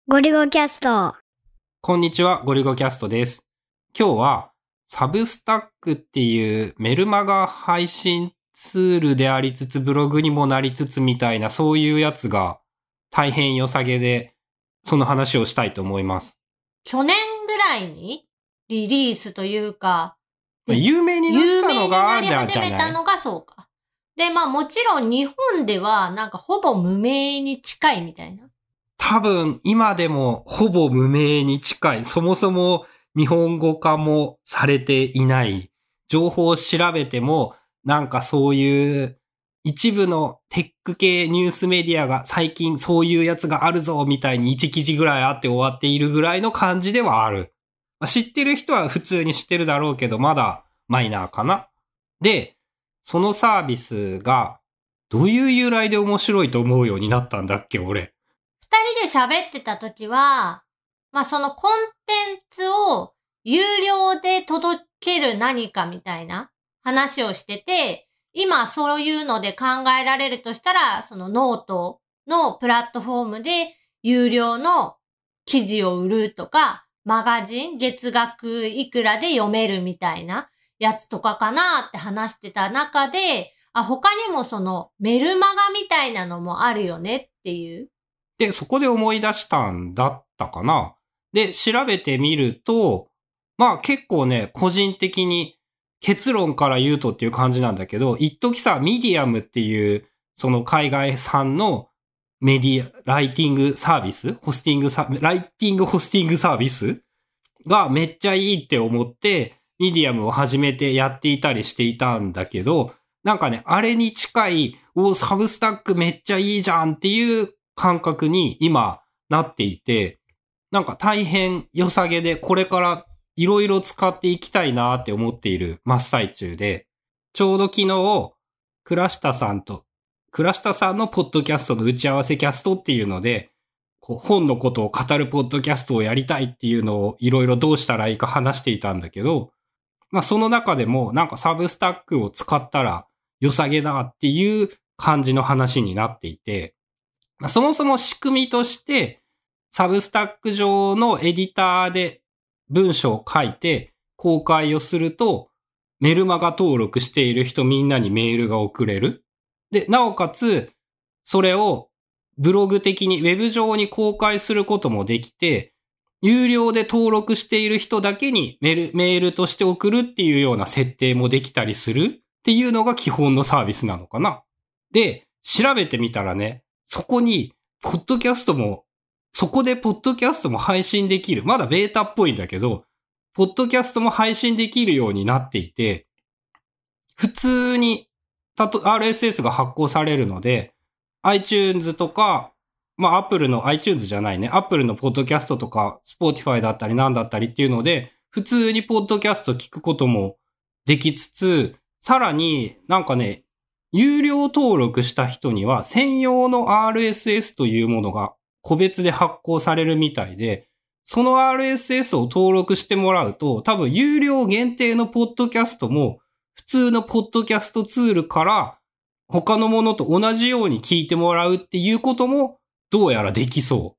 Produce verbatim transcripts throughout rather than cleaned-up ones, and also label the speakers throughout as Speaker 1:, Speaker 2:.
Speaker 1: ゴリゴキャスト。
Speaker 2: こんにちは、ゴリゴキャストです。今日はサブスタックっていうメルマガ配信ツールでありつつブログにもなりつつみたいなそういうやつが大変良さげで、その話をしたいと思います。
Speaker 3: 去年ぐらいにリリースというか、
Speaker 2: まあ有名になったのが
Speaker 3: 有名になり始めたのがそうか。で、まあもちろん日本ではなんかほぼ無名に近いみたいな。
Speaker 2: 多分今でもほぼ無名に近い。そもそも日本語化もされていない。情報を調べてもなんかそういう一部のテック系ニュースメディアが最近そういうやつがあるぞみたいに一記事ぐらいあって終わっているぐらいの感じではある。知ってる人は普通に知ってるだろうけどまだマイナーかな。で、そのサービスがどういう由来で面白いと思うようになったんだっけ俺。
Speaker 3: 二人で喋ってた時は、まあそのコンテンツを有料で届ける何かみたいな話をしてて、今そういうので考えられるとしたら、そのノートのプラットフォームで有料の記事を売るとか、マガジン月額いくらで読めるみたいなやつとかかなって話してた中で、あ、他にもそのメルマガみたいなのもあるよねっていう。
Speaker 2: で、そこで思い出したんだったかな。で、調べてみると、まあ結構ね、個人的に結論から言うとっていう感じなんだけど、一時さ、ミディアムっていう、その海外産のメディア、ライティングサービスホスティングサ、ライティングホスティングサービスがめっちゃいいって思って、ミディアムを始めてやっていたりしていたんだけど、なんかね、あれに近い、お、サブスタックめっちゃいいじゃんっていう感覚に今なっていて、なんか大変良さげでこれからいろいろ使っていきたいなって思っている真っ最中で、ちょうど昨日、倉下さんと、倉下さんのポッドキャストの打ち合わせキャストっていうので、こう本のことを語るポッドキャストをやりたいっていうのをいろいろどうしたらいいか話していたんだけど、まあその中でもなんかサブスタックを使ったら良さげだっていう感じの話になっていて、そもそも仕組みとして、サブスタック上のエディターで文章を書いて公開をすると、メルマガ登録している人みんなにメールが送れる。で、なおかつ、それをブログ的にウェブ上に公開することもできて、有料で登録している人だけにメール、メールとして送るっていうような設定もできたりするっていうのが基本のサービスなのかな。で、調べてみたらね、そこに、ポッドキャストも、そこでポッドキャストも配信できる。まだベータっぽいんだけど、ポッドキャストも配信できるようになっていて、普通に、たと、アールエスエス が発行されるので、iTunes とか、まあ Apple の iTunes じゃないね。Apple のポッドキャストとか、Spotify だったりなんだったりっていうので、普通にポッドキャスト聞くこともできつつ、さらになんかね、有料登録した人には専用の アールエスエス というものが個別で発行されるみたいで、その アールエスエス を登録してもらうと、多分有料限定のポッドキャストも普通のポッドキャストツールから他のものと同じように聞いてもらうっていうこともどうやらできそう。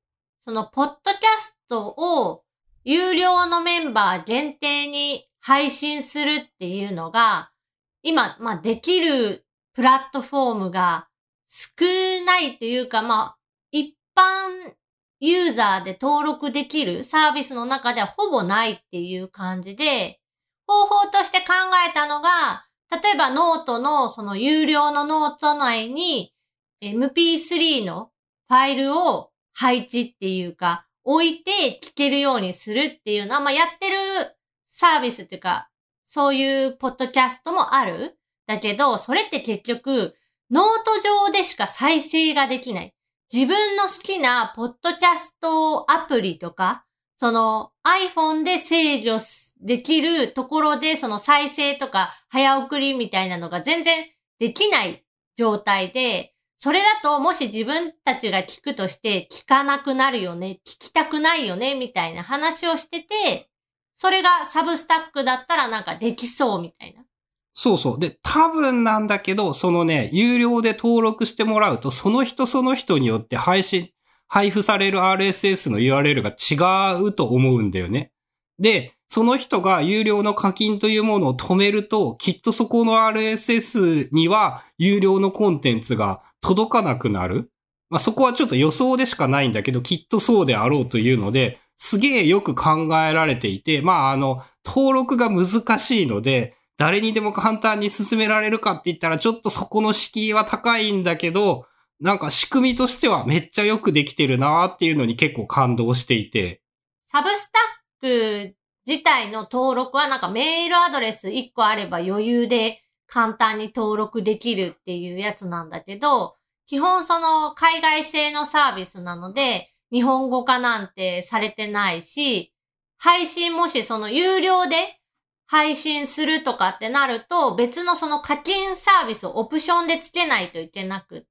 Speaker 3: そのポッドキャストを有料のメンバー限定に配信するっていうのが今、まあできるプラットフォームが少ないというか、まあ、一般ユーザーで登録できるサービスの中ではほぼないっていう感じで、方法として考えたのが、例えばノートのその有料のノート内に エムピースリー のファイルを配置っていうか、置いて聞けるようにするっていうのは、まあやってるサービスっていうか、そういうポッドキャストもある。だけど、それって結局、ノート上でしか再生ができない。自分の好きなポッドキャストアプリとか、その iPhone で制御できるところで、その再生とか早送りみたいなのが全然できない状態で、それだともし自分たちが聞くとして聞かなくなるよね、聞きたくないよね、みたいな話をしてて、それがサブスタックだったらなんかできそうみたいな。
Speaker 2: そうそう。で、多分なんだけど、そのね、有料で登録してもらうと、その人その人によって配信、 配布される アールエスエス の ユーアールエル が違うと思うんだよね。で、その人が有料の課金というものを止めると、きっとそこの アールエスエス には有料のコンテンツが届かなくなる。まあ、そこはちょっと予想でしかないんだけど、きっとそうであろうというので、すげえよく考えられていて、まあ、あの、登録が難しいので、誰にでも簡単に進められるかって言ったら、ちょっとそこの敷居は高いんだけど、なんか仕組みとしてはめっちゃよくできてるなーっていうのに結構感動していて。
Speaker 3: サブスタック自体の登録はなんかメールアドレスいっこあれば余裕で簡単に登録できるっていうやつなんだけど、基本その海外製のサービスなので日本語化なんてされてないし、配信もしその有料で配信するとかってなると別のその課金サービスをオプションでつけないといけなくって、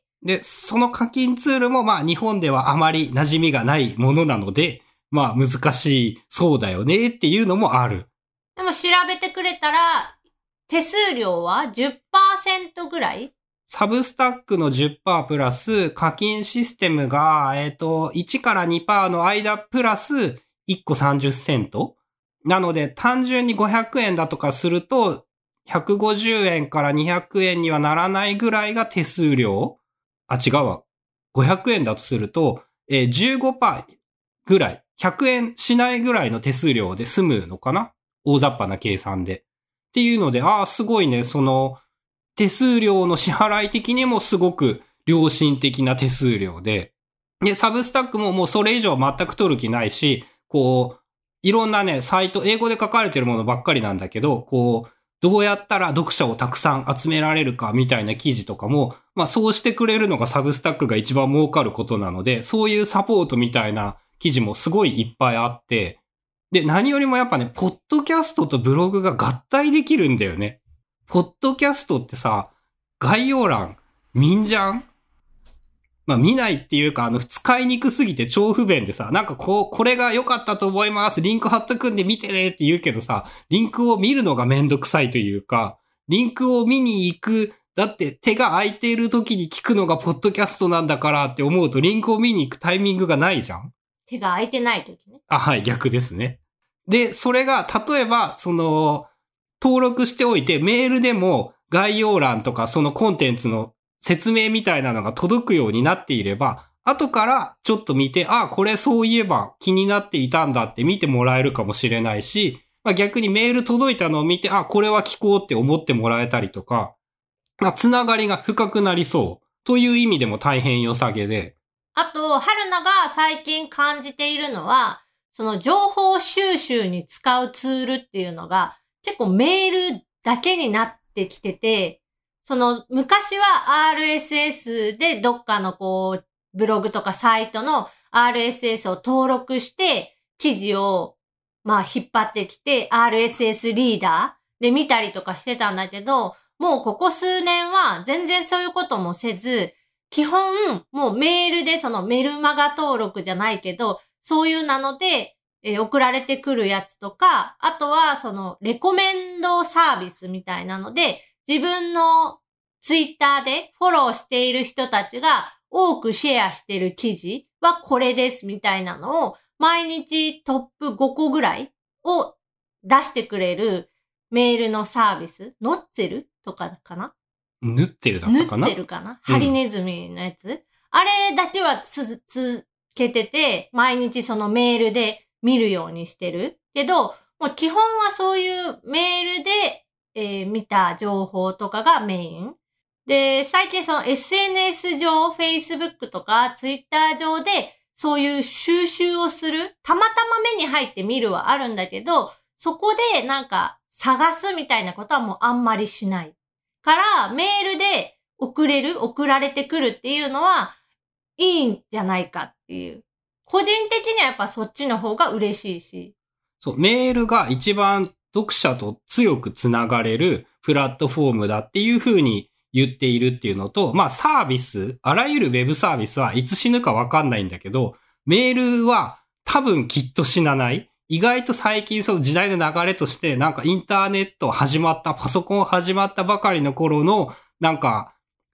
Speaker 2: で、その課金ツールもまあ日本ではあまり馴染みがないものなので、まあ難しいそうだよねっていうのもある。
Speaker 3: でも調べてくれたら手数料は じゅっパーセント ぐらい？
Speaker 2: サブスタックの じゅっパーセント プラス課金システムが、えっと、いちから にパーセント の間プラスいっこさんじゅっセント。なので単純にごひゃくえんだとかするとひゃくごじゅうえんからにひゃくえんにはならないぐらいが手数料。あ、違うわ。ごひゃくえんだとすると、えー、じゅうごパーセント ぐらい、ひゃくえんしないぐらいの手数料で済むのかな？大雑把な計算で。っていうので、ああ、すごいね、その、手数料の支払い的にもすごく良心的な手数料で、で、サブスタックももうそれ以上全く取る気ないし、こう、いろんなね、サイト、英語で書かれてるものばっかりなんだけど、こう、どうやったら読者をたくさん集められるかみたいな記事とかも、まあそうしてくれるのがサブスタックが一番儲かることなので、そういうサポートみたいな記事もすごいいっぱいあって、で、何よりもやっぱね、ポッドキャストとブログが合体できるんだよね。ポッドキャストってさ、概要欄見んじゃん？まあ見ないっていうか、あの、使いにくすぎて超不便でさ、なんかこう、これが良かったと思います。リンク貼っとくんで見てねって言うけどさ、リンクを見るのがめんどくさいというか、リンクを見に行く、だって手が空いている時に聞くのがポッドキャストなんだからって思うと、リンクを見に行くタイミングがないじゃん？
Speaker 3: 手が空いてない時ね。
Speaker 2: あ、はい、逆ですね。で、それが、例えば、その、登録しておいて、メールでも概要欄とかそのコンテンツの説明みたいなのが届くようになっていれば、後からちょっと見て、あ、これそういえば気になっていたんだって見てもらえるかもしれないし、まあ、逆にメール届いたのを見て、あ、これは聞こうって思ってもらえたりとか、まあ、つながりが深くなりそうという意味でも大変良さげで。
Speaker 3: あと、春菜が最近感じているのは、その情報収集に使うツールっていうのが結構メールだけになってきてて、その昔は アールエスエス でどっかのこうブログとかサイトの アールエスエス を登録して記事をまあ引っ張ってきて アールエスエス リーダーで見たりとかしてたんだけど、もうここ数年は全然そういうこともせず、基本もうメールでそのメルマガ登録じゃないけど、そういうなので、えー、送られてくるやつとか、あとはそのレコメンドサービスみたいなので、自分のツイッターでフォローしている人たちが多くシェアしてる記事はこれですみたいなのを毎日トップごこぐらいを出してくれるメールのサービス、ノッツェルとかかな？
Speaker 2: ヌッツェルだったかな？
Speaker 3: ヌッツェルかな、ハリネズミのやつ、うん、あれだけはつ、つけてて、毎日そのメールで見るようにしてる。けど、もう基本はそういうメールで、えー、見た情報とかがメイン。で、最近その エスエヌエス 上、Facebook とか Twitter 上で、そういう収集をする。たまたま目に入って見るはあるんだけど、そこでなんか探すみたいなことはもうあんまりしない。から、メールで送れる、送られてくるっていうのは、いいんじゃないかっていう。個人的にはやっぱそっちの方が嬉しいし。
Speaker 2: そう、メールが一番読者と強くつながれるプラットフォームだっていう風に言っているっていうのと、まあサービス、あらゆるウェブサービスはいつ死ぬかわかんないんだけど、メールは多分きっと死なない。意外と最近その時代の流れとしてなんかインターネット始まった、パソコン始まったばかりの頃のなんか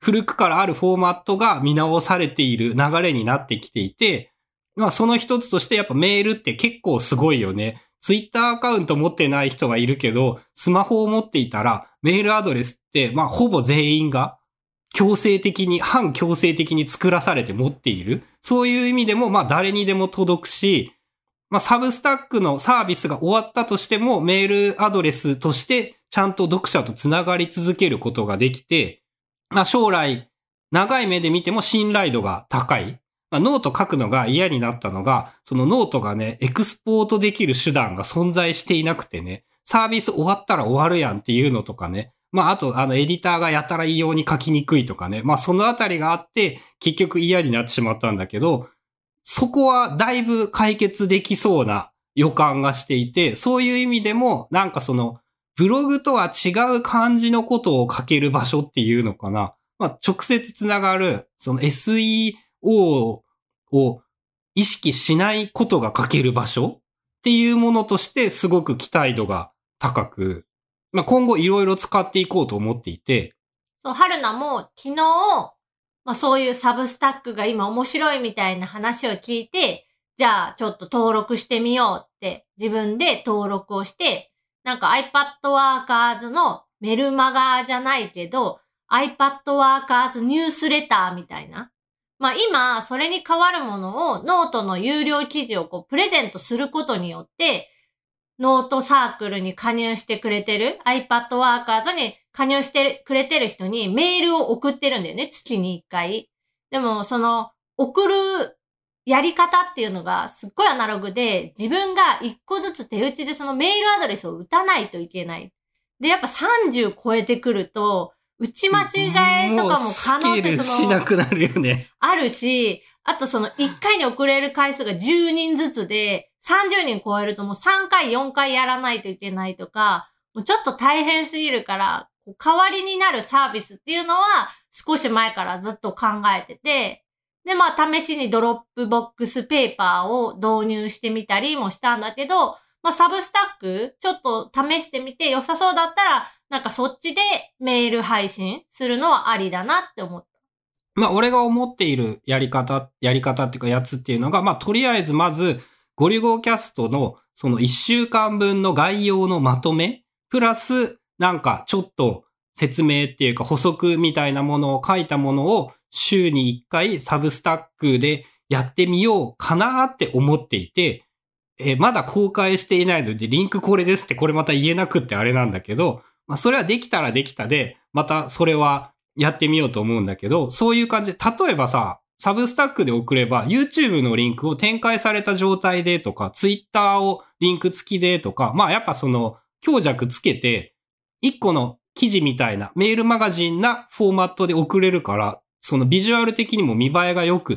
Speaker 2: 古くからあるフォーマットが見直されている流れになってきていて、まあその一つとしてやっぱメールって結構すごいよね。ツイッターアカウント持ってない人がいるけど、スマホを持っていたらメールアドレスってまあほぼ全員が強制的に、反強制的に作らされて持っている。そういう意味でもまあ誰にでも届くし、まあサブスタックのサービスが終わったとしてもメールアドレスとしてちゃんと読者とつながり続けることができて、まあ将来長い目で見ても信頼度が高い。まあ、ノート書くのが嫌になったのが、そのノートがね、エクスポートできる手段が存在していなくてね、サービス終わったら終わるやんっていうのとかね、まああとあのエディターがやたら異様に書きにくいとかね、まあそのあたりがあって結局嫌になってしまったんだけど、そこはだいぶ解決できそうな予感がしていて、そういう意味でもなんかそのブログとは違う感じのことを書ける場所っていうのかな。まあ直接つながる、その エスイーオー を意識しないことが書ける場所っていうものとしてすごく期待度が高く、まあ、今後いろいろ使っていこうと思っていて。
Speaker 3: そう、春菜も昨日、まあそういうサブスタックが今面白いみたいな話を聞いて、じゃあちょっと登録してみようって自分で登録をして、なんか iPad Workers のメルマガじゃないけど、iPad Workers ニュースレターみたいな。まあ今、それに代わるものをノートの有料記事をこうプレゼントすることによって、ノートサークルに加入してくれてる、iPad Workers に加入してくれてる人にメールを送ってるんだよね、月にいっかい。でも、その、送るやり方っていうのがすっごいアナログで、自分がいっこずつ手打ちでそのメールアドレスを打たないといけない。で、やっぱさんじゅう超えてくると、打ち間違いとかも可能性、
Speaker 2: スケールしなくなるよね。
Speaker 3: あるし、あとそのいっかいに送れる回数がじゅうにんずつで、さんじゅうにん超えるともうさんかい、よんかいやらないといけないとか、もうちょっと大変すぎるから、代わりになるサービスっていうのは少し前からずっと考えてて、で、まあ試しにドロップボックスペーパーを導入してみたりもしたんだけど、まあサブスタックちょっと試してみて良さそうだったら、なんかそっちでメール配信するのはありだなって思った。
Speaker 2: まあ俺が思っているやり方、やり方っていうかやつっていうのが、まあとりあえずまずゴリゴキャストのそのいっしゅうかんぶんの概要のまとめ、プラスなんかちょっと説明っていうか補足みたいなものを書いたものを週にいっかいサブスタックでやってみようかなって思っていて、えー、まだ公開していないのでリンクこれですってこれまた言えなくってあれなんだけど、まあそれはできたらできたで、またそれはやってみようと思うんだけど、そういう感じで、例えばさ、サブスタックで送れば YouTube のリンクを展開された状態でとか、Twitter をリンク付きでとか、まあやっぱその強弱つけて、一個の記事みたいなメールマガジンなフォーマットで送れるから、そのビジュアル的にも見栄えが良くって、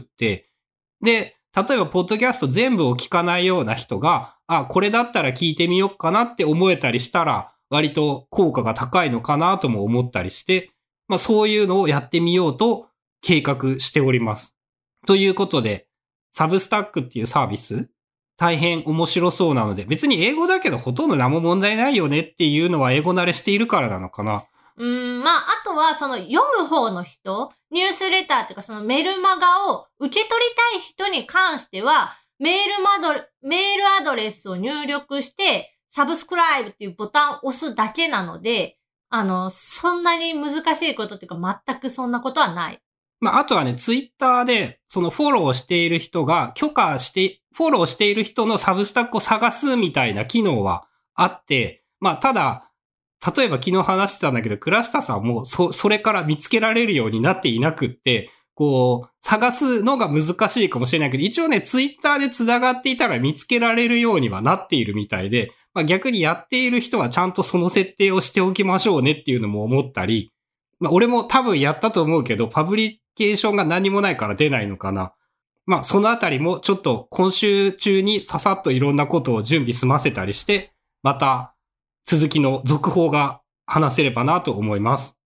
Speaker 2: で、例えばポッドキャスト全部を聞かないような人が、あ、これだったら聞いてみようかなって思えたりしたら、割と効果が高いのかなとも思ったりして、まあそういうのをやってみようと計画しております。ということで、サブスタックっていうサービス、大変面白そうなので、別に英語だけどほとんど何も問題ないよねっていうのは英語慣れしているからなのかな。
Speaker 3: うーん、まあ、あとはその読む方の人、ニュースレターっていうかそのメルマガを受け取りたい人に関しては、メールマド、メールアドレスを入力して、サブスクライブっていうボタンを押すだけなので、あの、そんなに難しいことっていうか全くそんなことはない。
Speaker 2: まあ、あとはね、ツイッターで、そのフォローしている人が許可して、フォローしている人のサブスタックを探すみたいな機能はあって、まあ、ただ、例えば昨日話してたんだけど、倉下さんもそ、それから見つけられるようになっていなくって、こう、探すのが難しいかもしれないけど、一応ね、ツイッターで繋がっていたら見つけられるようにはなっているみたいで、まあ逆にやっている人はちゃんとその設定をしておきましょうねっていうのも思ったり、まあ俺も多分やったと思うけど、パブリケーションが何もないから出ないのかな。まあそのあたりもちょっと今週中にささっといろんなことを準備済ませたりして、また続きの続報が話せればなと思います。